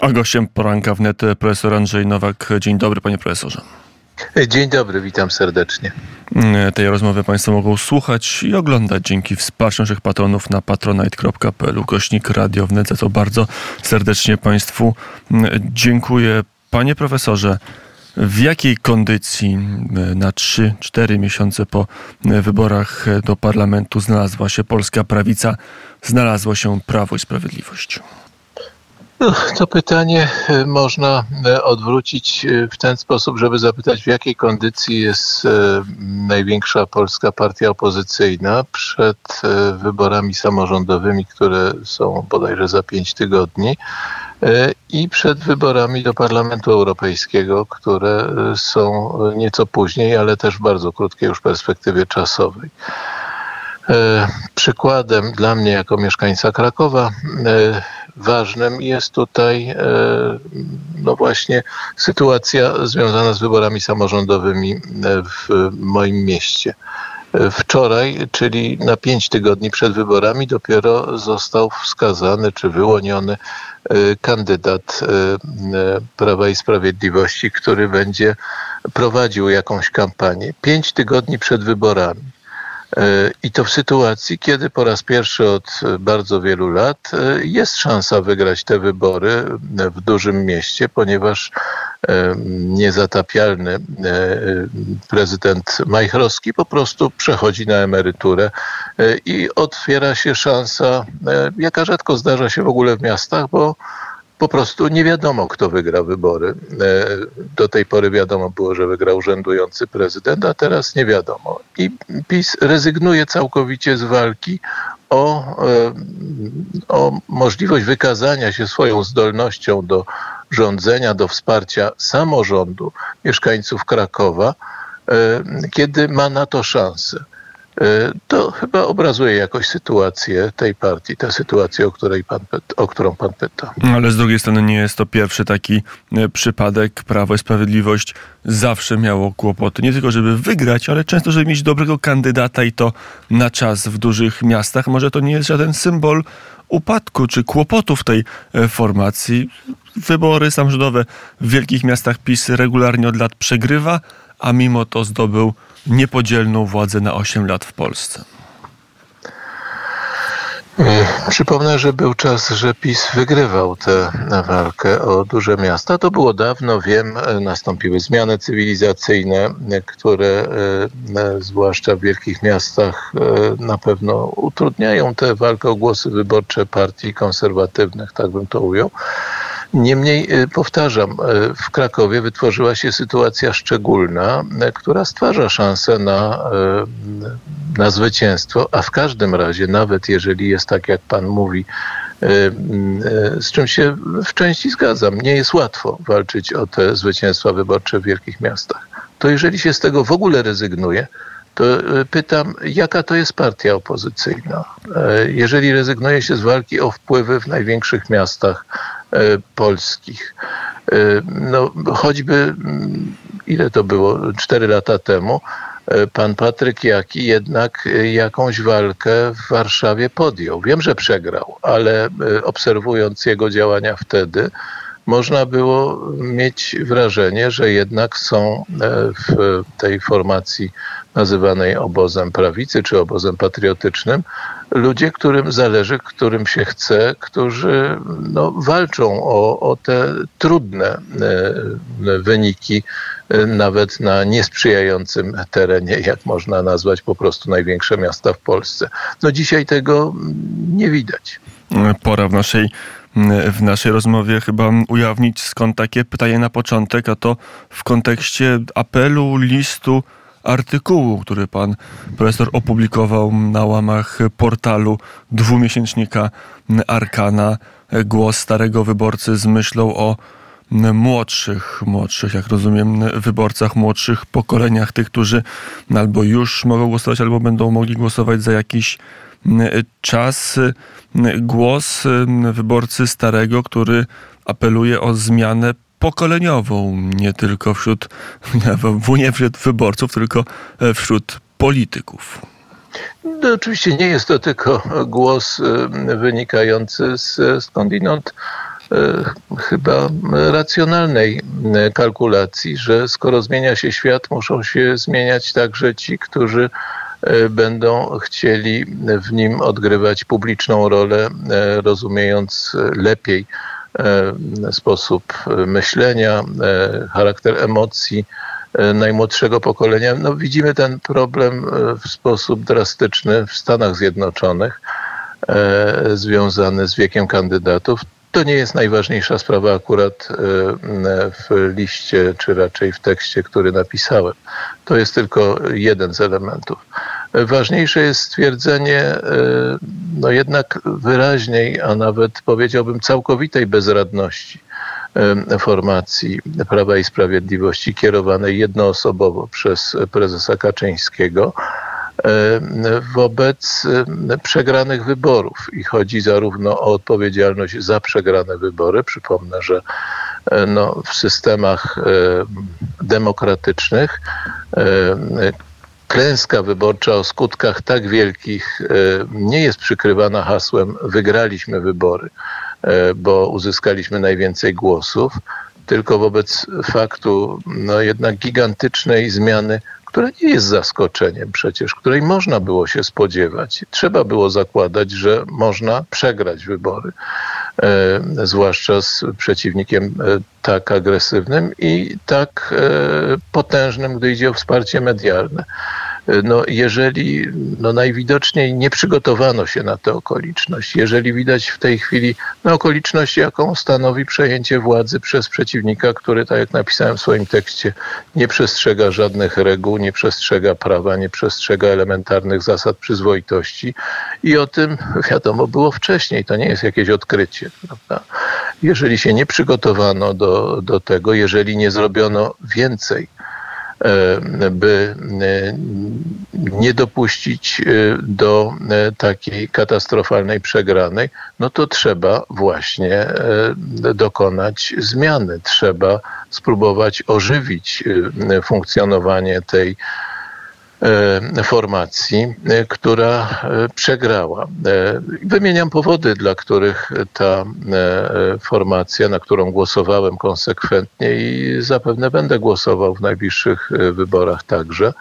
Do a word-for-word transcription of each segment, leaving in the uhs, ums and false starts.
A gościem poranka wnet profesor Andrzej Nowak. Dzień dobry, panie profesorze. Dzień dobry, witam serdecznie. Tej rozmowy państwo mogą słuchać i oglądać dzięki wsparciu naszych patronów na patronite kropka p l ukośnik Radio Wnet. Za to bardzo serdecznie państwu dziękuję. Panie profesorze, w jakiej kondycji na trzy cztery miesiące po wyborach do parlamentu znalazła się polska prawica, znalazło się Prawo i Sprawiedliwość? No, to pytanie można odwrócić w ten sposób, żeby zapytać, w jakiej kondycji jest największa polska partia opozycyjna przed wyborami samorządowymi, które są bodajże za pięć tygodni, i przed wyborami do Parlamentu Europejskiego, które są nieco później, ale też w bardzo krótkiej już perspektywie czasowej. Przykładem dla mnie jako mieszkańca Krakowa ważnym jest tutaj no właśnie sytuacja związana z wyborami samorządowymi w moim mieście. Wczoraj, czyli na pięć tygodni przed wyborami, dopiero został wskazany czy wyłoniony kandydat Prawa i Sprawiedliwości, który będzie prowadził jakąś kampanię. Pięć tygodni przed wyborami. I to w sytuacji, kiedy po raz pierwszy od bardzo wielu lat jest szansa wygrać te wybory w dużym mieście, ponieważ niezatapialny prezydent Majchrowski po prostu przechodzi na emeryturę i otwiera się szansa, jaka rzadko zdarza się w ogóle w miastach, bo po prostu nie wiadomo, kto wygra wybory. Do tej pory wiadomo było, że wygrał urzędujący prezydent, a teraz nie wiadomo. I PiS rezygnuje całkowicie z walki o, o możliwość wykazania się swoją zdolnością do rządzenia, do wsparcia samorządu mieszkańców Krakowa, kiedy ma na to szansę. To chyba obrazuje jakoś sytuację tej partii, tę sytuację, o, której pan, o którą pan pyta. Ale z drugiej strony nie jest to pierwszy taki przypadek. Prawo i Sprawiedliwość zawsze miało kłopoty. Nie tylko, żeby wygrać, ale często, żeby mieć dobrego kandydata i to na czas w dużych miastach. Może to nie jest żaden symbol upadku czy kłopotów tej formacji. Wybory samorządowe w wielkich miastach PiS regularnie od lat przegrywa, a mimo to zdobył niepodzielną władzę na osiem lat w Polsce. Przypomnę, że był czas, że PiS wygrywał tę walkę o duże miasta. To było dawno, wiem, nastąpiły zmiany cywilizacyjne, które zwłaszcza w wielkich miastach na pewno utrudniają tę walkę o głosy wyborcze partii konserwatywnych, tak bym to ujął. Niemniej, powtarzam, w Krakowie wytworzyła się sytuacja szczególna, która stwarza szansę na, na zwycięstwo, a w każdym razie, nawet jeżeli jest tak, jak pan mówi, z czym się w części zgadzam, nie jest łatwo walczyć o te zwycięstwa wyborcze w wielkich miastach. To jeżeli się z tego w ogóle rezygnuje, to pytam, jaka to jest partia opozycyjna? Jeżeli rezygnuje się z walki o wpływy w największych miastach polskich, no choćby, ile to było, cztery lata temu, pan Patryk Jaki jednak jakąś walkę w Warszawie podjął. Wiem, że przegrał, ale obserwując jego działania wtedy, można było mieć wrażenie, że jednak są w tej formacji nazywanej obozem prawicy czy obozem patriotycznym ludzie, którym zależy, którym się chce, którzy no, walczą o, o te trudne wyniki, nawet na niesprzyjającym terenie, jak można nazwać po prostu największe miasta w Polsce. No dzisiaj tego nie widać. Pora w naszej w naszej rozmowie chyba ujawnić, skąd takie pytanie na początek, a to w kontekście apelu, listu, artykułu, który pan profesor opublikował na łamach portalu dwumiesięcznika Arkana. Głos starego wyborcy z myślą o młodszych, młodszych, jak rozumiem, wyborcach, młodszych pokoleniach, tych, którzy albo już mogą głosować, albo będą mogli głosować za jakiś czas. Głos wyborcy starego, który apeluje o zmianę pokoleniową, nie tylko wśród, nie wśród wyborców, tylko wśród polityków. No, oczywiście nie jest to tylko głos wynikający z skądinąd chyba racjonalnej kalkulacji, że skoro zmienia się świat, muszą się zmieniać także ci, którzy będą chcieli w nim odgrywać publiczną rolę, rozumiejąc lepiej sposób myślenia, charakter emocji najmłodszego pokolenia. No, widzimy ten problem w sposób drastyczny w Stanach Zjednoczonych, związany z wiekiem kandydatów. To nie jest najważniejsza sprawa akurat w liście, czy raczej w tekście, który napisałem. To jest tylko jeden z elementów. Ważniejsze jest stwierdzenie, no jednak wyraźniej, a nawet powiedziałbym całkowitej bezradności formacji Prawa i Sprawiedliwości kierowanej jednoosobowo przez prezesa Kaczyńskiego wobec przegranych wyborów. I chodzi zarówno o odpowiedzialność za przegrane wybory. Przypomnę, że no, w systemach demokratycznych klęska wyborcza o skutkach tak wielkich nie jest przykrywana hasłem wygraliśmy wybory, bo uzyskaliśmy najwięcej głosów, tylko wobec faktu no, jednak gigantycznej zmiany, która nie jest zaskoczeniem przecież, której można było się spodziewać. Trzeba było zakładać, że można przegrać wybory, e, zwłaszcza z przeciwnikiem e, tak agresywnym i tak e, potężnym, gdy idzie o wsparcie medialne. No, jeżeli no, najwidoczniej nie przygotowano się na tę okoliczność, jeżeli widać w tej chwili no, okoliczność, jaką stanowi przejęcie władzy przez przeciwnika, który, tak jak napisałem w swoim tekście, nie przestrzega żadnych reguł, nie przestrzega prawa, nie przestrzega elementarnych zasad przyzwoitości i o tym wiadomo było wcześniej, to nie jest jakieś odkrycie, prawda? Jeżeli się nie przygotowano do, do tego, jeżeli nie zrobiono więcej, by nie dopuścić do takiej katastrofalnej przegranej, no to trzeba właśnie dokonać zmiany. Trzeba spróbować ożywić funkcjonowanie tej formacji, która przegrała. Wymieniam powody, dla których ta formacja, na którą głosowałem konsekwentnie i zapewne będę głosował w najbliższych wyborach także,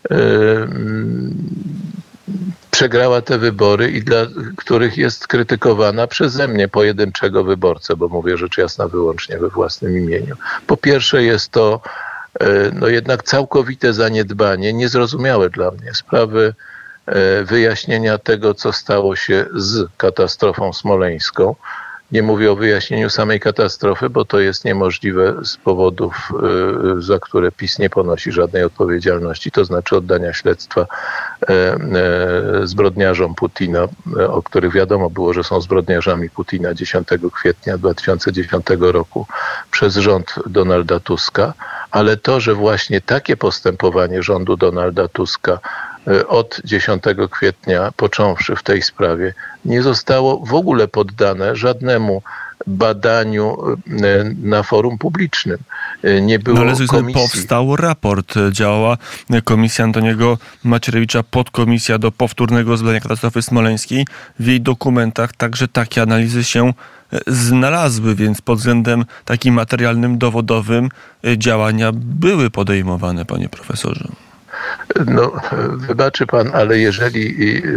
przegrała te wybory i dla których jest krytykowana przeze mnie, pojedynczego wyborcę, bo mówię rzecz jasna wyłącznie we własnym imieniu. Po pierwsze jest to no jednak całkowite zaniedbanie, niezrozumiałe dla mnie sprawy wyjaśnienia tego, co stało się z katastrofą smoleńską. Nie mówię o wyjaśnieniu samej katastrofy, bo to jest niemożliwe z powodów, za które PiS nie ponosi żadnej odpowiedzialności, to znaczy oddania śledztwa zbrodniarzom Putina, o których wiadomo było, że są zbrodniarzami Putina dziesiątego kwietnia dwa tysiące dziesiątego roku przez rząd Donalda Tuska, ale to, że właśnie takie postępowanie rządu Donalda Tuska od dziesiątego kwietnia począwszy w tej sprawie nie zostało w ogóle poddane żadnemu badaniu na forum publicznym. Nie było no ale komisji. Powstał raport. Działała komisja Antoniego Macierewicza, podkomisja do powtórnego zbadania katastrofy smoleńskiej. W jej dokumentach także takie analizy się znalazły, więc pod względem takim materialnym, dowodowym działania były podejmowane, panie profesorze. No, wybaczy pan, ale jeżeli,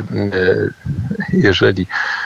jeżeli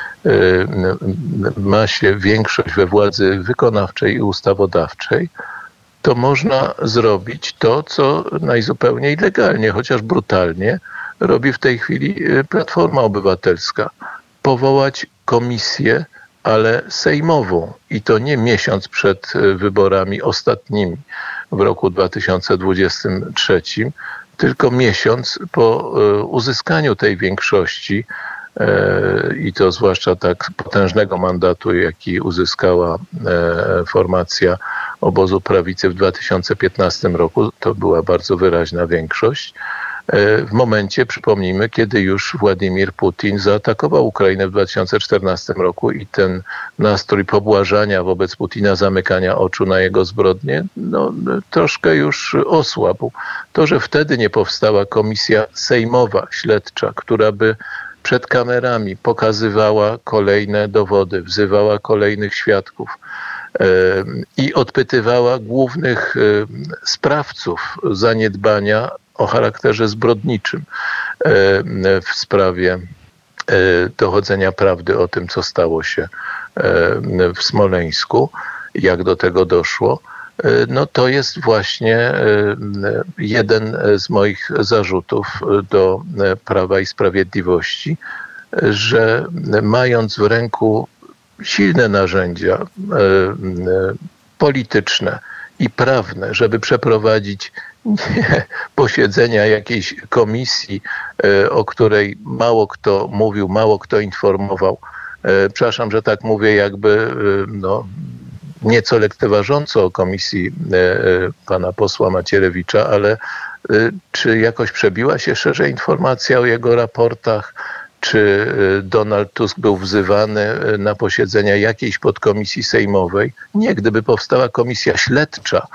ma się większość we władzy wykonawczej i ustawodawczej, to można zrobić to, co najzupełniej legalnie, chociaż brutalnie, robi w tej chwili Platforma Obywatelska. Powołać komisję, ale sejmową i to nie miesiąc przed wyborami ostatnimi w roku dwa tysiące dwudziestym trzecim, tylko miesiąc po uzyskaniu tej większości i to zwłaszcza tak potężnego mandatu, jaki uzyskała formacja obozu prawicy w dwa tysiące piętnastym roku, to była bardzo wyraźna większość. W momencie, przypomnijmy, kiedy już Władimir Putin zaatakował Ukrainę w dwa tysiące czternastym roku i ten nastrój pobłażania wobec Putina, zamykania oczu na jego zbrodnie, no, troszkę już osłabł. To, że wtedy nie powstała komisja sejmowa, śledcza, która by przed kamerami pokazywała kolejne dowody, wzywała kolejnych świadków i odpytywała głównych sprawców zaniedbania o charakterze zbrodniczym w sprawie dochodzenia prawdy o tym, co stało się w Smoleńsku, jak do tego doszło. No to jest właśnie jeden z moich zarzutów do Prawa i Sprawiedliwości, że mając w ręku silne narzędzia polityczne i prawne, żeby przeprowadzić nie posiedzenia jakiejś komisji, o której mało kto mówił, mało kto informował. Przepraszam, że tak mówię, jakby no, nieco lekceważąco o komisji pana posła Macierewicza, ale czy jakoś przebiła się szerzej informacja o jego raportach? Czy Donald Tusk był wzywany na posiedzenia jakiejś podkomisji sejmowej? Nie, gdyby powstała komisja śledcza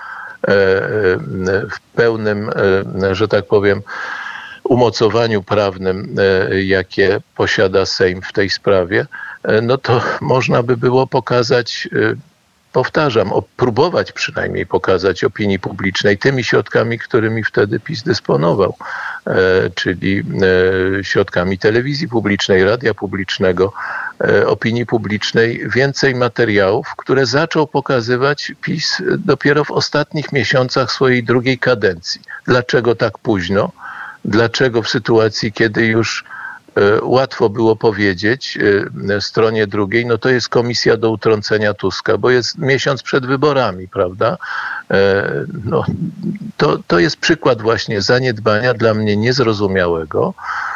w pełnym, że tak powiem, umocowaniu prawnym, jakie posiada Sejm w tej sprawie, no to można by było pokazać, powtarzam, próbować przynajmniej pokazać opinii publicznej tymi środkami, którymi wtedy PiS dysponował, czyli środkami telewizji publicznej, radia publicznego, opinii publicznej, więcej materiałów, które zaczął pokazywać PiS dopiero w ostatnich miesiącach swojej drugiej kadencji. Dlaczego tak późno? Dlaczego w sytuacji, kiedy już łatwo było powiedzieć stronie drugiej, no to jest komisja do utrącenia Tuska, bo jest miesiąc przed wyborami, prawda? No, to, to jest przykład właśnie zaniedbania dla mnie niezrozumiałego,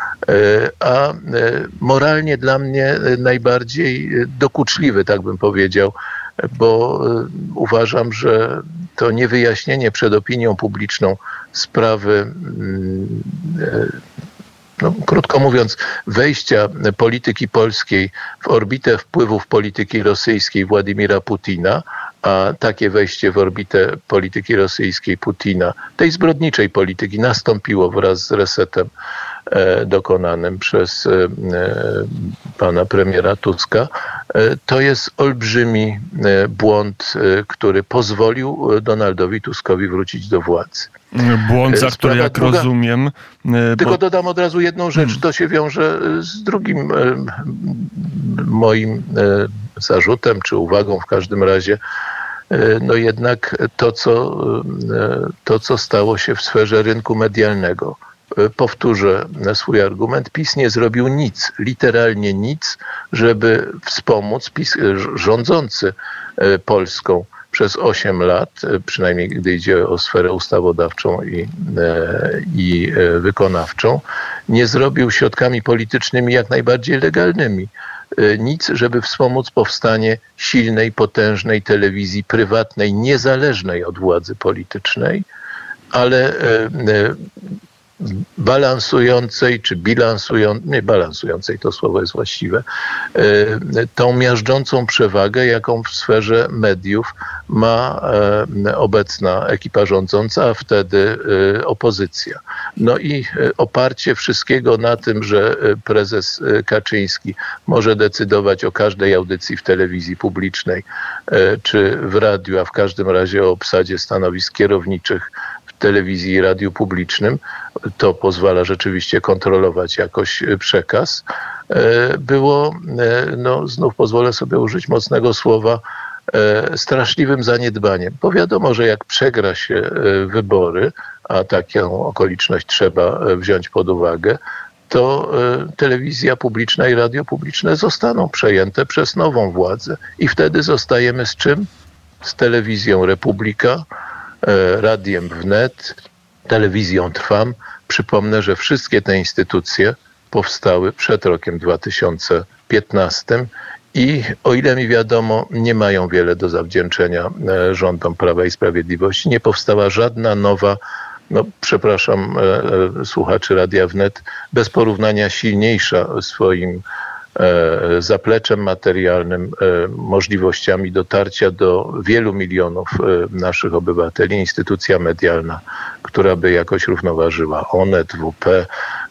a moralnie dla mnie najbardziej dokuczliwy, tak bym powiedział, bo uważam, że to niewyjaśnienie przed opinią publiczną sprawy, no, krótko mówiąc, wejścia polityki polskiej w orbitę wpływów polityki rosyjskiej Władimira Putina, a takie wejście w orbitę polityki rosyjskiej Putina, tej zbrodniczej polityki, nastąpiło wraz z resetem e, dokonanym przez e, pana premiera Tuska. E, to jest olbrzymi e, błąd, e, który pozwolił Donaldowi Tuskowi wrócić do władzy. Błąd, za który, jak druga, rozumiem... Tylko bo... dodam od razu jedną rzecz. Hmm. To się wiąże z drugim e, moim e, zarzutem, czy uwagą w każdym razie. E, no jednak to co, e, to, co stało się w sferze rynku medialnego. E, powtórzę swój argument. PiS nie zrobił nic, literalnie nic, żeby wspomóc PiS, rządzący e, Polską przez osiem lat, przynajmniej gdy idzie o sferę ustawodawczą i, i wykonawczą, nie zrobił środkami politycznymi jak najbardziej legalnymi nic, żeby wspomóc powstanie silnej, potężnej telewizji prywatnej, niezależnej od władzy politycznej, ale balansującej, czy bilansującej, nie balansującej, to słowo jest właściwe, tą miażdżącą przewagę, jaką w sferze mediów ma obecna ekipa rządząca, a wtedy opozycja. No i oparcie wszystkiego na tym, że prezes Kaczyński może decydować o każdej audycji w telewizji publicznej, czy w radiu, a w każdym razie o obsadzie stanowisk kierowniczych w telewizji i radiu publicznym, to pozwala rzeczywiście kontrolować jakoś przekaz, było, no znów pozwolę sobie użyć mocnego słowa, straszliwym zaniedbaniem. Bo wiadomo, że jak przegra się wybory, a taką okoliczność trzeba wziąć pod uwagę, to telewizja publiczna i radio publiczne zostaną przejęte przez nową władzę. I wtedy zostajemy z czym? Z telewizją Republika, radiem Wnet, telewizją Trwam. Przypomnę, że wszystkie te instytucje powstały przed rokiem dwa tysiące piętnastym i o ile mi wiadomo, nie mają wiele do zawdzięczenia rządom Prawa i Sprawiedliwości. Nie powstała żadna nowa, no przepraszam słuchaczy Radia Wnet, bez porównania silniejsza swoim zapleczem materialnym, możliwościami dotarcia do wielu milionów naszych obywateli, instytucja medialna, która by jakoś równoważyła Onet, W P,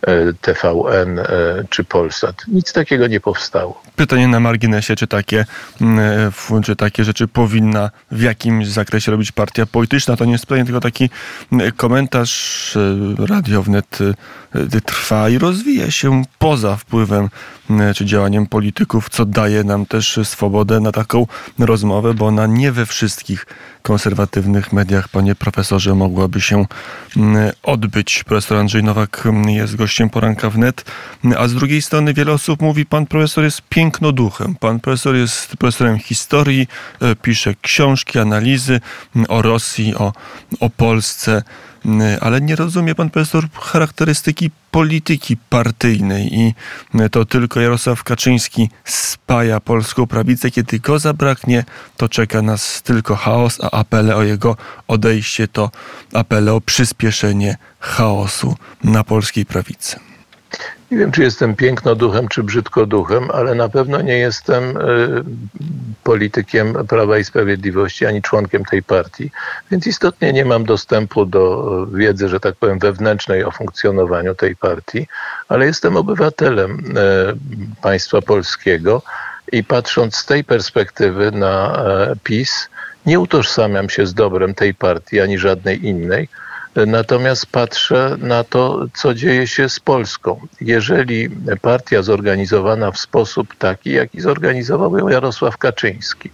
T V N czy Polsat. Nic takiego nie powstało. Pytanie na marginesie, czy takie, czy takie rzeczy powinna w jakimś zakresie robić partia polityczna? To nie jest pytanie, tylko taki komentarz. Radio Wnet trwa i rozwija się poza wpływem czy działaniem polityków, co daje nam też swobodę na taką rozmowę, bo ona nie we wszystkich konserwatywnych mediach, panie profesorze, mogłaby się odbyć. Profesor Andrzej Nowak jest gościem Poranka Wnet, a z drugiej strony wiele osób mówi, pan profesor jest pięknoduchem. Pan profesor jest profesorem historii, pisze książki, analizy o Rosji, o, o Polsce, ale nie rozumie pan profesor charakterystyki polityki partyjnej i to tylko Jarosław Kaczyński spaja polską prawicę. Kiedy go zabraknie, to czeka nas tylko chaos, a apele o jego odejście to apele o przyspieszenie chaosu na polskiej prawicy. Nie wiem, czy jestem pięknoduchem, czy brzydkoduchem, ale na pewno nie jestem y, politykiem Prawa i Sprawiedliwości, ani członkiem tej partii. Więc istotnie nie mam dostępu do wiedzy, że tak powiem, wewnętrznej o funkcjonowaniu tej partii, ale jestem obywatelem y, państwa polskiego i patrząc z tej perspektywy na y, PiS, nie utożsamiam się z dobrem tej partii, ani żadnej innej. Natomiast patrzę na to, co dzieje się z Polską. Jeżeli partia zorganizowana w sposób taki, jaki zorganizował ją Jarosław Kaczyński,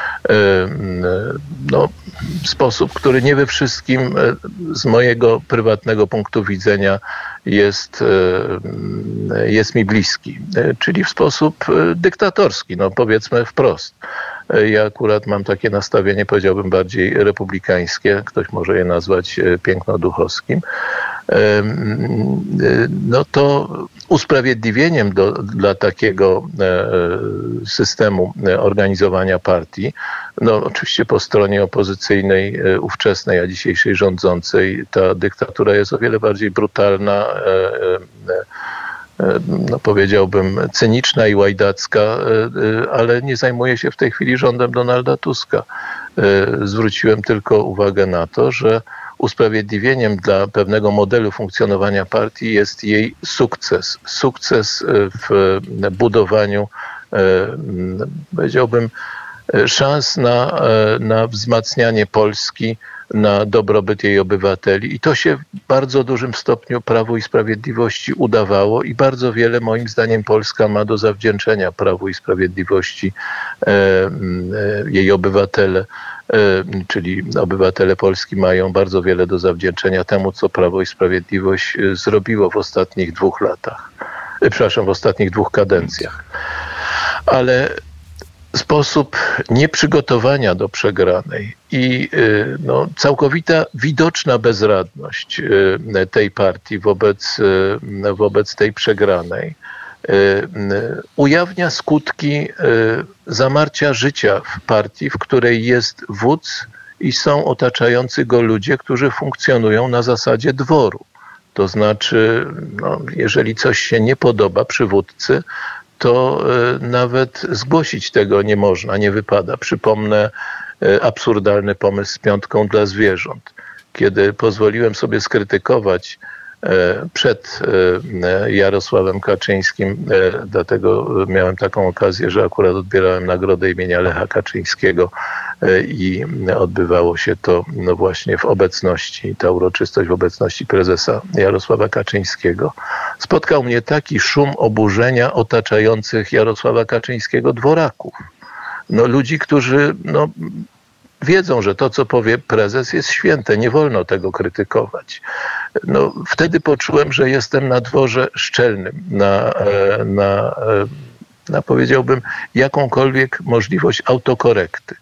no, w sposób, który nie we wszystkim z mojego prywatnego punktu widzenia jest, jest mi bliski, czyli w sposób dyktatorski, no powiedzmy wprost. Ja akurat mam takie nastawienie, powiedziałbym, bardziej republikańskie. Ktoś może je nazwać pięknoduchowskim. No to usprawiedliwieniem do, dla takiego systemu organizowania partii, no oczywiście po stronie opozycyjnej, ówczesnej, a dzisiejszej rządzącej, ta dyktatura jest o wiele bardziej brutalna, no powiedziałbym, cyniczna i łajdacka, ale nie zajmuje się w tej chwili rządem Donalda Tuska. Zwróciłem tylko uwagę na to, że usprawiedliwieniem dla pewnego modelu funkcjonowania partii jest jej sukces. Sukces w budowaniu, powiedziałbym, szans na, na wzmacnianie Polski, na dobrobyt jej obywateli. I to się w bardzo dużym stopniu Prawu i Sprawiedliwości udawało i bardzo wiele, moim zdaniem, Polska ma do zawdzięczenia Prawu i Sprawiedliwości, e, e, jej obywatele, e, czyli obywatele Polski mają bardzo wiele do zawdzięczenia temu, co Prawo i Sprawiedliwość zrobiło w ostatnich dwóch latach. E, przepraszam, w ostatnich dwóch kadencjach. Ale sposób nieprzygotowania do przegranej i no, całkowita widoczna bezradność tej partii wobec, wobec tej przegranej ujawnia skutki zamarcia życia w partii, w której jest wódz i są otaczający go ludzie, którzy funkcjonują na zasadzie dworu. To znaczy, no, jeżeli coś się nie podoba przywódcy, to nawet zgłosić tego nie można, nie wypada. Przypomnę absurdalny pomysł z piątką dla zwierząt. Kiedy pozwoliłem sobie skrytykować przed Jarosławem Kaczyńskim, dlatego miałem taką okazję, że akurat odbierałem nagrodę imienia Lecha Kaczyńskiego i odbywało się to no właśnie w obecności, ta uroczystość w obecności prezesa Jarosława Kaczyńskiego. Spotkał mnie taki szum oburzenia otaczających Jarosława Kaczyńskiego dworaków. No, ludzi, którzy no, wiedzą, że to, co powie prezes, jest święte, nie wolno tego krytykować. No, wtedy poczułem, że jestem na dworze szczelnym, na, na, na powiedziałbym, jakąkolwiek możliwość autokorekty.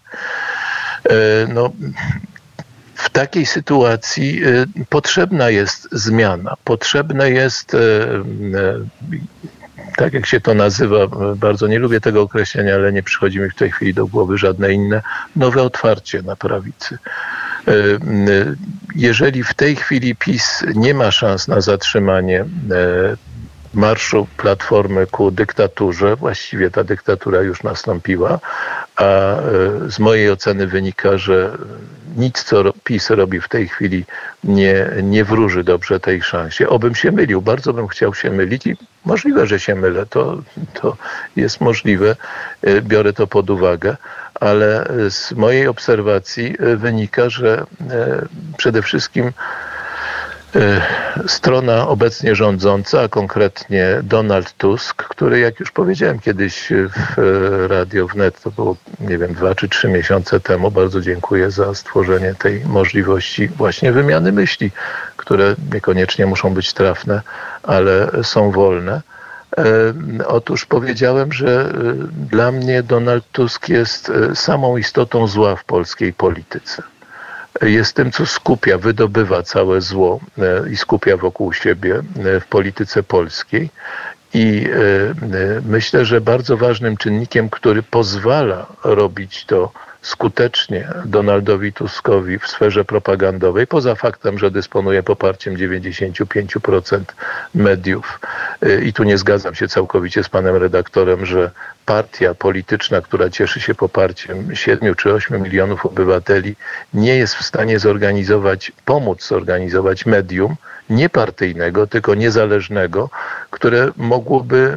No, w takiej sytuacji potrzebna jest zmiana, potrzebne jest, tak jak się to nazywa, bardzo nie lubię tego określenia, ale nie przychodzi mi w tej chwili do głowy żadne inne, nowe otwarcie na prawicy. Jeżeli w tej chwili PiS nie ma szans na zatrzymanie marszu Platformy ku dyktaturze, właściwie ta dyktatura już nastąpiła, a z mojej oceny wynika, że nic, co PiS robi w tej chwili, nie, nie wróży dobrze tej szansie. Obym się mylił, bardzo bym chciał się mylić i możliwe, że się mylę, to, to jest możliwe, biorę to pod uwagę, ale z mojej obserwacji wynika, że przede wszystkim strona obecnie rządząca, a konkretnie Donald Tusk, który, jak już powiedziałem kiedyś w Radio Wnet, to było, nie wiem, dwa czy trzy miesiące temu, bardzo dziękuję za stworzenie tej możliwości właśnie wymiany myśli, które niekoniecznie muszą być trafne, ale są wolne. Otóż powiedziałem, że dla mnie Donald Tusk jest samą istotą zła w polskiej polityce. Jest tym, co skupia, wydobywa całe zło i skupia wokół siebie w polityce polskiej. I myślę, że bardzo ważnym czynnikiem, który pozwala robić to skutecznie Donaldowi Tuskowi w sferze propagandowej, poza faktem, że dysponuje poparciem dziewięćdziesiąt pięć procent mediów. I tu nie zgadzam się całkowicie z panem redaktorem, że partia polityczna, która cieszy się poparciem siedmiu czy ośmiu milionów obywateli, nie jest w stanie zorganizować, pomóc zorganizować medium niepartyjnego, tylko niezależnego, które mogłoby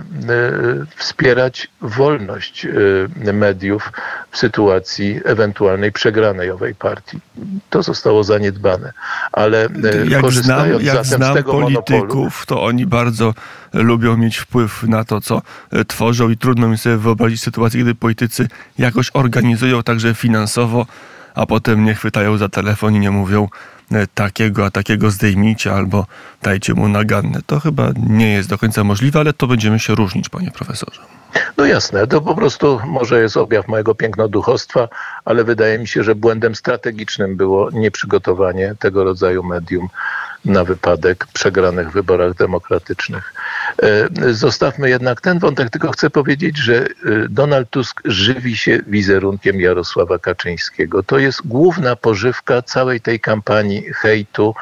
wspierać wolność mediów w sytuacji ewentualnej przegranej owej partii. To zostało zaniedbane. Ale jak korzystając znam, jak zatem znam z tego polityków, monopolu, to oni bardzo lubią mieć wpływ na to, co tworzą i trudno mi sobie wyobrazić sytuację, gdy politycy jakoś organizują także finansowo, a potem nie chwytają za telefon i nie mówią takiego, a takiego zdejmijcie albo dajcie mu naganne. To chyba nie jest do końca możliwe, ale to będziemy się różnić, panie profesorze. No jasne, to po prostu może jest objaw mojego pięknoduchostwa, ale wydaje mi się, że błędem strategicznym było nieprzygotowanie tego rodzaju medium na wypadek przegranych wyborach demokratycznych. Zostawmy jednak ten wątek, tylko chcę powiedzieć, że Donald Tusk żywi się wizerunkiem Jarosława Kaczyńskiego. To jest główna pożywka całej tej kampanii hejtu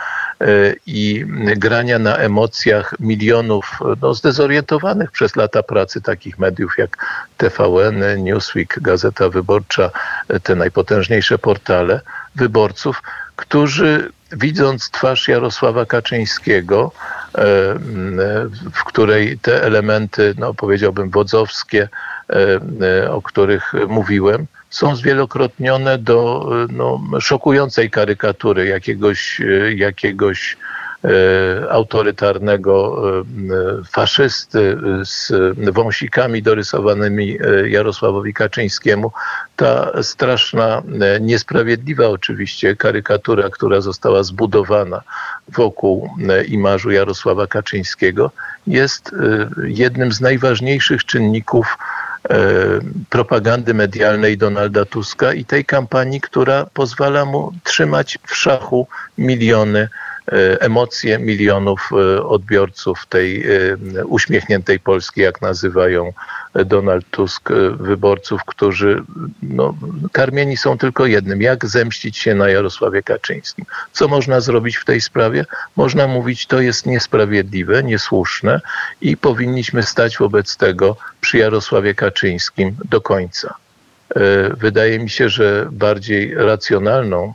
i grania na emocjach milionów no, zdezorientowanych przez lata pracy takich mediów jak T V N, Newsweek, Gazeta Wyborcza, te najpotężniejsze portale, wyborców, którzy widząc twarz Jarosława Kaczyńskiego, w której te elementy, no powiedziałbym wodzowskie, o których mówiłem, są zwielokrotnione do no, szokującej karykatury jakiegoś, jakiegoś autorytarnego faszysty z wąsikami dorysowanymi Jarosławowi Kaczyńskiemu. Ta straszna, niesprawiedliwa oczywiście karykatura, która została zbudowana wokół imażu Jarosława Kaczyńskiego, jest jednym z najważniejszych czynników propagandy medialnej Donalda Tuska i tej kampanii, która pozwala mu trzymać w szachu miliony emocje milionów odbiorców tej uśmiechniętej Polski, jak nazywają Donald Tusk, wyborców, którzy no, karmieni są tylko jednym. Jak zemścić się na Jarosławie Kaczyńskim? Co można zrobić w tej sprawie? Można mówić, to jest niesprawiedliwe, niesłuszne i powinniśmy stać wobec tego przy Jarosławie Kaczyńskim do końca. Wydaje mi się, że bardziej racjonalną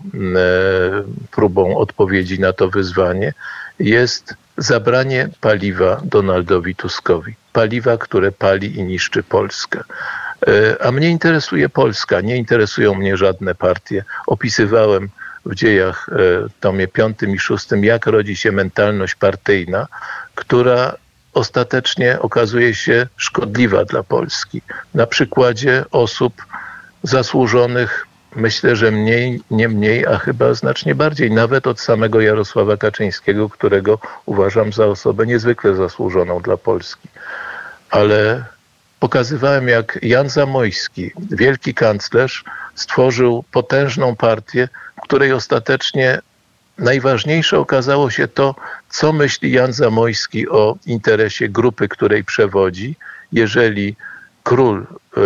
próbą odpowiedzi na to wyzwanie jest zabranie paliwa Donaldowi Tuskowi. Paliwa, które pali i niszczy Polskę. A mnie interesuje Polska, nie interesują mnie żadne partie. Opisywałem w dziejach w tomie piątym i szóstym, jak rodzi się mentalność partyjna, która ostatecznie okazuje się szkodliwa dla Polski. Na przykładzie osób zasłużonych, myślę, że mniej, nie mniej, a chyba znacznie bardziej, nawet od samego Jarosława Kaczyńskiego, którego uważam za osobę niezwykle zasłużoną dla Polski. Ale pokazywałem, jak Jan Zamojski, wielki kanclerz, stworzył potężną partię, w której ostatecznie najważniejsze okazało się to, co myśli Jan Zamojski o interesie grupy, której przewodzi, jeżeli król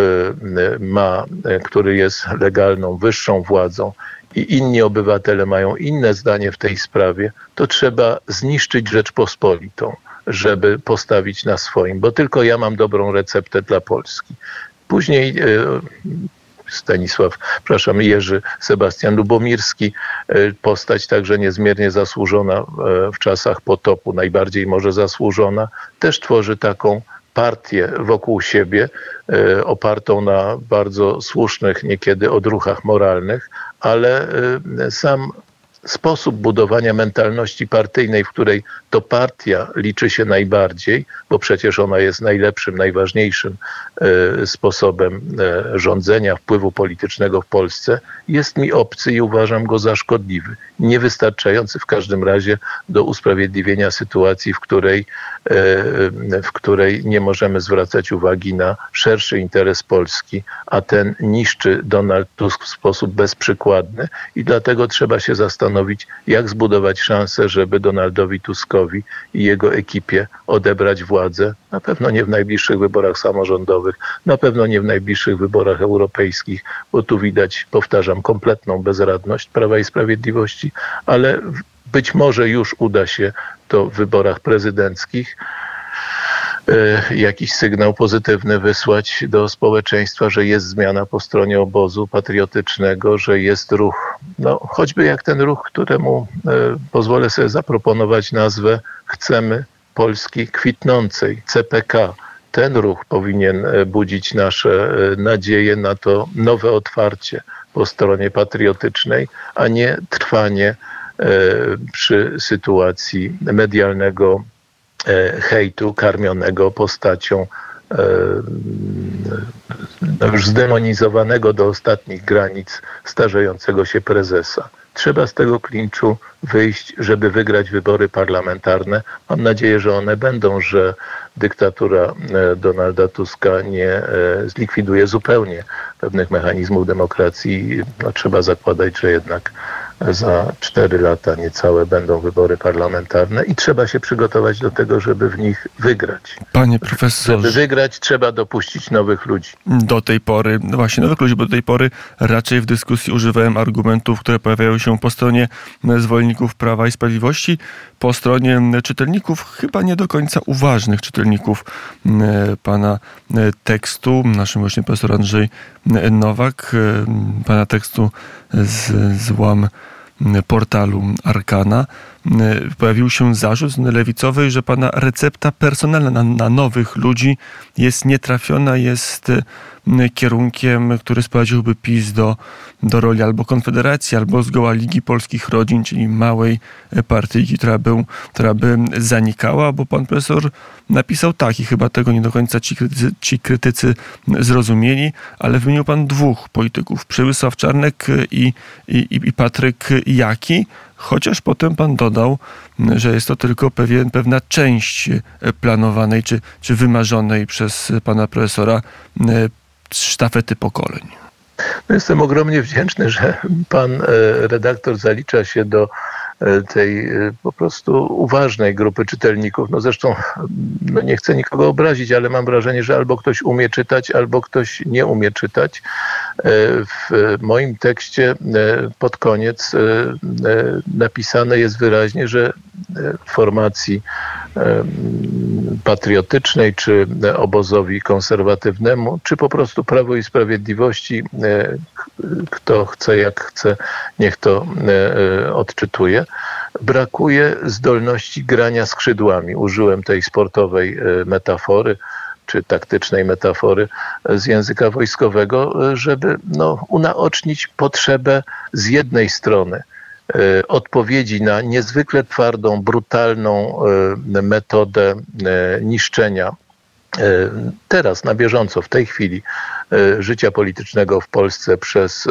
ma, który jest legalną, wyższą władzą i inni obywatele mają inne zdanie w tej sprawie, to trzeba zniszczyć Rzeczpospolitą, żeby postawić na swoim, bo tylko ja mam dobrą receptę dla Polski. Później Stanisław, przepraszam, Jerzy Sebastian Lubomirski, postać także niezmiernie zasłużona w czasach potopu, najbardziej może zasłużona, też tworzy taką partię wokół siebie, opartą na bardzo słusznych niekiedy odruchach moralnych, ale sam sposób budowania mentalności partyjnej, w której to partia liczy się najbardziej, bo przecież ona jest najlepszym, najważniejszym sposobem rządzenia, wpływu politycznego w Polsce, jest mi obcy i uważam go za szkodliwy. Niewystarczający w każdym razie do usprawiedliwienia sytuacji, w której, w której nie możemy zwracać uwagi na szerszy interes Polski, a ten niszczy Donald Tusk w sposób bezprzykładny i dlatego trzeba się zastanowić, jak zbudować szansę, żeby Donaldowi Tuskowi i jego ekipie odebrać władzę. Na pewno nie w najbliższych wyborach samorządowych, na pewno nie w najbliższych wyborach europejskich, bo tu widać, powtarzam, kompletną bezradność Prawa i Sprawiedliwości, ale być może już uda się to w wyborach prezydenckich jakiś sygnał pozytywny wysłać do społeczeństwa, że jest zmiana po stronie obozu patriotycznego, że jest ruch, no choćby jak ten ruch, któremu pozwolę sobie zaproponować nazwę Chcemy Polski Kwitnącej, C P K. Ten ruch powinien budzić nasze nadzieje na to nowe otwarcie po stronie patriotycznej, a nie trwanie przy sytuacji medialnego hejtu karmionego postacią no już zdemonizowanego do ostatnich granic starzejącego się prezesa. Trzeba z tego klinczu wyjść, żeby wygrać wybory parlamentarne. Mam nadzieję, że one będą, że dyktatura Donalda Tuska nie zlikwiduje zupełnie pewnych mechanizmów demokracji. No, trzeba zakładać, że jednak za cztery lata niecałe będą wybory parlamentarne i trzeba się przygotować do tego, żeby w nich wygrać. Panie profesorze, żeby wygrać, trzeba dopuścić nowych ludzi. Do tej pory, no właśnie nowych ludzi, bo do tej pory raczej w dyskusji używałem argumentów, które pojawiają się po stronie zwolenników Prawa i Sprawiedliwości, po stronie czytelników, chyba nie do końca uważnych czytelników pana tekstu, naszym właśnie profesor Andrzej Nowak, pana tekstu z, z łam portalu Arkana. Pojawił się zarzut lewicowy, że pana recepta personalna na, na nowych ludzi jest nietrafiona, jest kierunkiem, który sprowadziłby PiS do, do roli albo Konfederacji, albo zgoła Ligi Polskich Rodzin, czyli małej partyjki, która by, która by zanikała, bo pan profesor napisał tak i chyba tego nie do końca ci krytycy, ci krytycy zrozumieli, ale wymienił pan dwóch polityków, Przemysław Czarnek i, i, i Patryk Jaki, chociaż potem pan dodał, że jest to tylko pewien, pewna część planowanej czy, czy wymarzonej przez pana profesora sztafety pokoleń. No jestem ogromnie wdzięczny, że pan redaktor zalicza się do tej po prostu uważnej grupy czytelników. No zresztą no nie chcę nikogo obrazić, ale mam wrażenie, że albo ktoś umie czytać, albo ktoś nie umie czytać. W moim tekście pod koniec napisane jest wyraźnie, że formacji patriotycznej, czy obozowi konserwatywnemu, czy po prostu Prawo i Sprawiedliwości, kto chce, jak chce, niech to odczytuje, brakuje zdolności grania skrzydłami. Użyłem tej sportowej metafory, czy taktycznej metafory z języka wojskowego, żeby no, unaocznić potrzebę z jednej strony odpowiedzi na niezwykle twardą, brutalną metodę niszczenia teraz, na bieżąco, w tej chwili życia politycznego w Polsce przez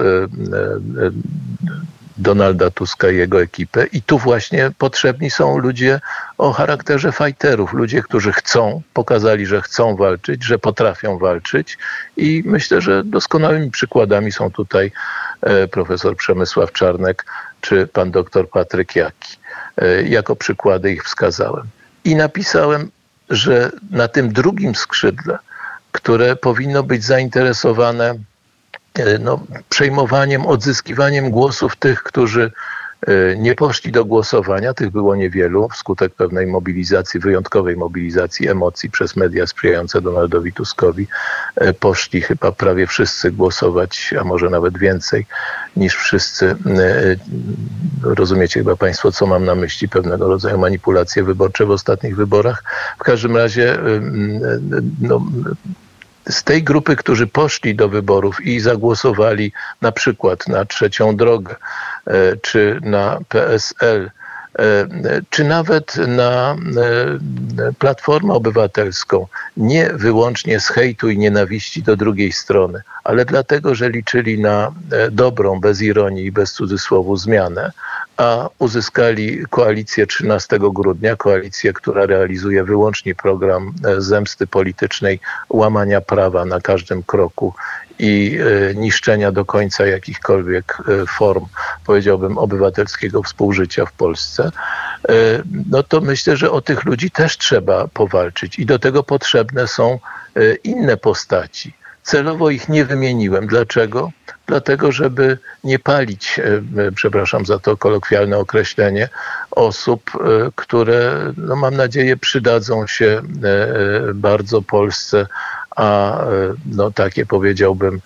Donalda Tuska i jego ekipę. I tu właśnie potrzebni są ludzie o charakterze fajterów, ludzie, którzy chcą, pokazali, że chcą walczyć, że potrafią walczyć i myślę, że doskonałymi przykładami są tutaj profesor Przemysław Czarnek czy pan doktor Patryk Jaki. Jako przykłady ich wskazałem. I napisałem, że na tym drugim skrzydle, które powinno być zainteresowane no, przejmowaniem, odzyskiwaniem głosów tych, którzy nie poszli do głosowania, tych było niewielu, wskutek pewnej mobilizacji, wyjątkowej mobilizacji emocji przez media sprzyjające Donaldowi Tuskowi. Poszli chyba prawie wszyscy głosować, a może nawet więcej niż wszyscy. Rozumiecie chyba państwo, co mam na myśli, pewnego rodzaju manipulacje wyborcze w ostatnich wyborach. W każdym razie no, z tej grupy, którzy poszli do wyborów i zagłosowali na przykład na Trzecią Drogę, czy na P S L, czy nawet na Platformę Obywatelską, nie wyłącznie z hejtu i nienawiści do drugiej strony, ale dlatego, że liczyli na dobrą, bez ironii i bez cudzysłowu zmianę, a uzyskali koalicję trzynastego grudnia, koalicję, która realizuje wyłącznie program zemsty politycznej, łamania prawa na każdym kroku i niszczenia do końca jakichkolwiek form, powiedziałbym, obywatelskiego współżycia w Polsce, no to myślę, że o tych ludzi też trzeba powalczyć i do tego potrzebne są inne postaci. Celowo ich nie wymieniłem. Dlaczego? Dlatego, żeby nie palić, przepraszam za to kolokwialne określenie, osób, które, no mam nadzieję, przydadzą się bardzo Polsce, a no takie powiedziałbym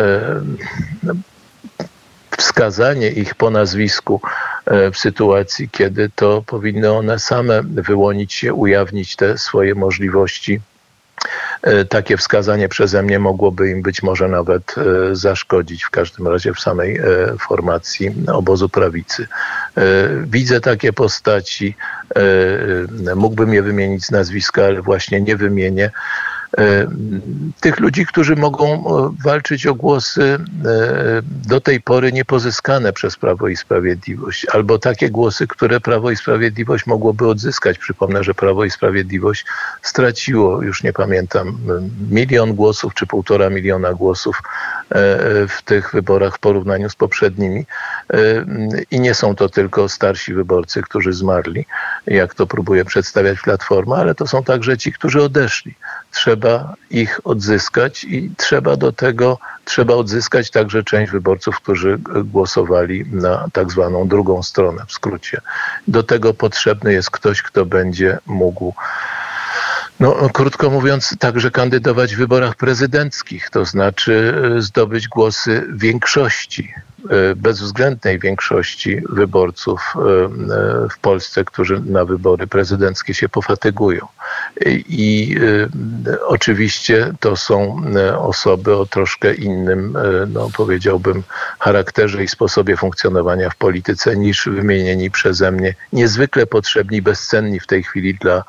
wskazanie ich po nazwisku w sytuacji, kiedy to powinny one same wyłonić się, ujawnić te swoje możliwości. Takie wskazanie przeze mnie mogłoby im być może nawet zaszkodzić, w każdym razie w samej formacji obozu prawicy. Widzę takie postaci, mógłbym je wymienić z nazwiska, ale właśnie nie wymienię. Tych ludzi, którzy mogą walczyć o głosy do tej pory niepozyskane przez Prawo i Sprawiedliwość, albo takie głosy, które Prawo i Sprawiedliwość mogłoby odzyskać. Przypomnę, że Prawo i Sprawiedliwość straciło, już nie pamiętam, milion głosów czy półtora miliona głosów w tych wyborach w porównaniu z poprzednimi. I nie są to tylko starsi wyborcy, którzy zmarli, jak to próbuje przedstawiać Platforma, ale to są także ci, którzy odeszli. Trzeba ich odzyskać i trzeba do tego, trzeba odzyskać także część wyborców, którzy głosowali na tak zwaną drugą stronę, w skrócie. Do tego potrzebny jest ktoś, kto będzie mógł, no krótko mówiąc, także kandydować w wyborach prezydenckich, to znaczy zdobyć głosy większości, bezwzględnej większości wyborców w Polsce, którzy na wybory prezydenckie się pofatygują. I oczywiście to są osoby o troszkę innym, no powiedziałbym, charakterze i sposobie funkcjonowania w polityce niż wymienieni przeze mnie, niezwykle potrzebni, bezcenni w tej chwili dla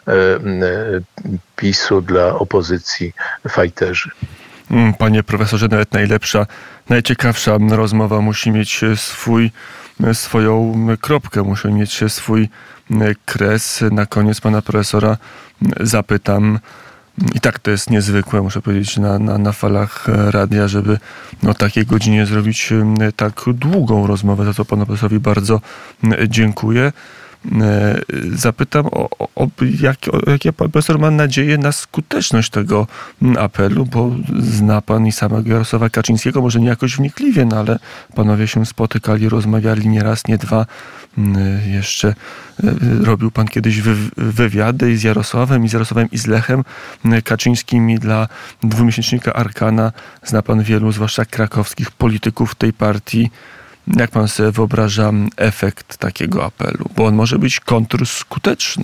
PiS-u, dla opozycji fajterzy. Panie profesorze, nawet najlepsza, najciekawsza rozmowa musi mieć swój, swoją kropkę, musi mieć swój kres. Na koniec pana profesora zapytam, i tak to jest niezwykłe, muszę powiedzieć, na, na, na falach radia, żeby o takiej godzinie zrobić tak długą rozmowę, za to panu profesorowi bardzo dziękuję. Zapytam, o, o, jak, o jakie pan profesor ma nadzieję na skuteczność tego apelu, bo zna pan i samego Jarosława Kaczyńskiego, może nie jakoś wnikliwie, no ale panowie się spotykali, rozmawiali nie raz, nie dwa. Jeszcze robił pan kiedyś wy, wywiady i z Jarosławem, i z Jarosławem, i z Lechem Kaczyńskim, i dla dwumiesięcznika Arkana. Zna pan wielu, zwłaszcza krakowskich polityków tej partii. Jak pan sobie wyobraża efekt takiego apelu? Bo on może być kontrskuteczny.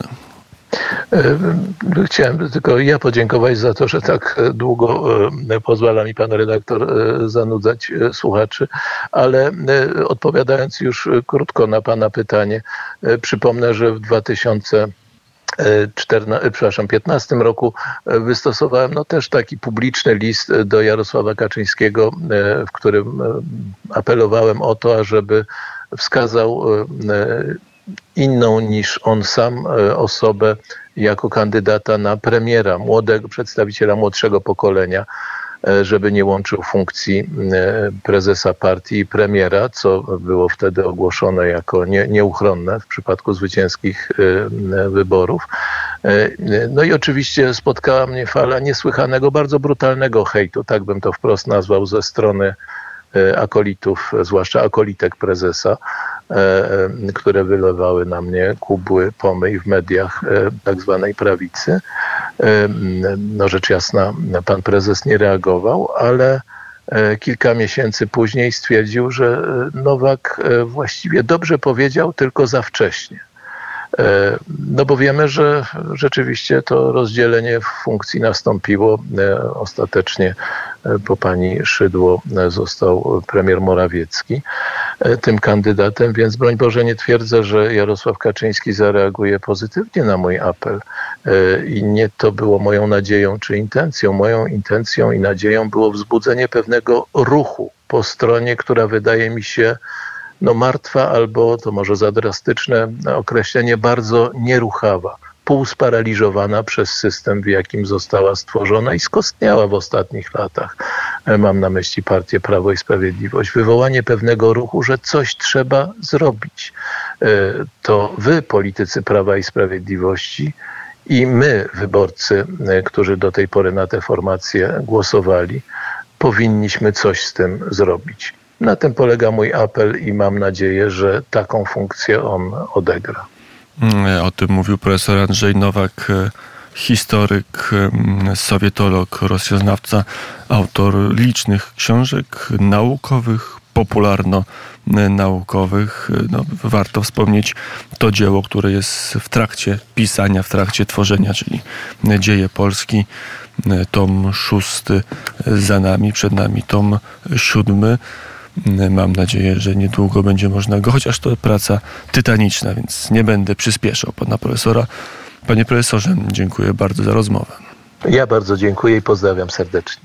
Chciałem tylko ja podziękować za to, że tak długo pozwala mi pan redaktor zanudzać słuchaczy, ale odpowiadając już krótko na pana pytanie, przypomnę, że w dwa tysiące czternastym, przepraszam, piętnastym roku wystosowałem no też taki publiczny list do Jarosława Kaczyńskiego, w którym apelowałem o to, ażeby wskazał inną niż on sam osobę jako kandydata na premiera, młodego przedstawiciela młodszego pokolenia, żeby nie łączył funkcji prezesa partii i premiera, co było wtedy ogłoszone jako nie, nieuchronne w przypadku zwycięskich wyborów. No i oczywiście spotkała mnie fala niesłychanego, bardzo brutalnego hejtu, tak bym to wprost nazwał, ze strony akolitów, zwłaszcza akolitek prezesa, które wylewały na mnie kubły pomyj w mediach tak zwanej prawicy. No rzecz jasna, pan prezes nie reagował, ale kilka miesięcy później stwierdził, że Nowak właściwie dobrze powiedział, tylko za wcześnie. No bo wiemy, że rzeczywiście to rozdzielenie funkcji nastąpiło. Ostatecznie po pani Szydło został premier Morawiecki tym kandydatem, więc broń Boże nie twierdzę, że Jarosław Kaczyński zareaguje pozytywnie na mój apel. I nie to było moją nadzieją czy intencją. Moją intencją i nadzieją było wzbudzenie pewnego ruchu po stronie, która wydaje mi się no martwa, albo to może za drastyczne określenie, bardzo nieruchawa, półsparaliżowana przez system, w jakim została stworzona i skostniała w ostatnich latach. Mam na myśli partię Prawo i Sprawiedliwość. Wywołanie pewnego ruchu, że coś trzeba zrobić. To wy, politycy Prawa i Sprawiedliwości, i my, wyborcy, którzy do tej pory na tę formację głosowali, powinniśmy coś z tym zrobić. Na tym polega mój apel i mam nadzieję, że taką funkcję on odegra. O tym mówił profesor Andrzej Nowak, historyk, sowietolog, rosjoznawca, autor licznych książek naukowych, popularno-naukowych. No, warto wspomnieć to dzieło, które jest w trakcie pisania, w trakcie tworzenia, czyli Dzieje Polski. Tom szósty za nami, przed nami tom siódmy. Mam nadzieję, że niedługo będzie można go, chociaż to praca tytaniczna, więc nie będę przyspieszał pana profesora. Panie profesorze, dziękuję bardzo za rozmowę. Ja bardzo dziękuję i pozdrawiam serdecznie.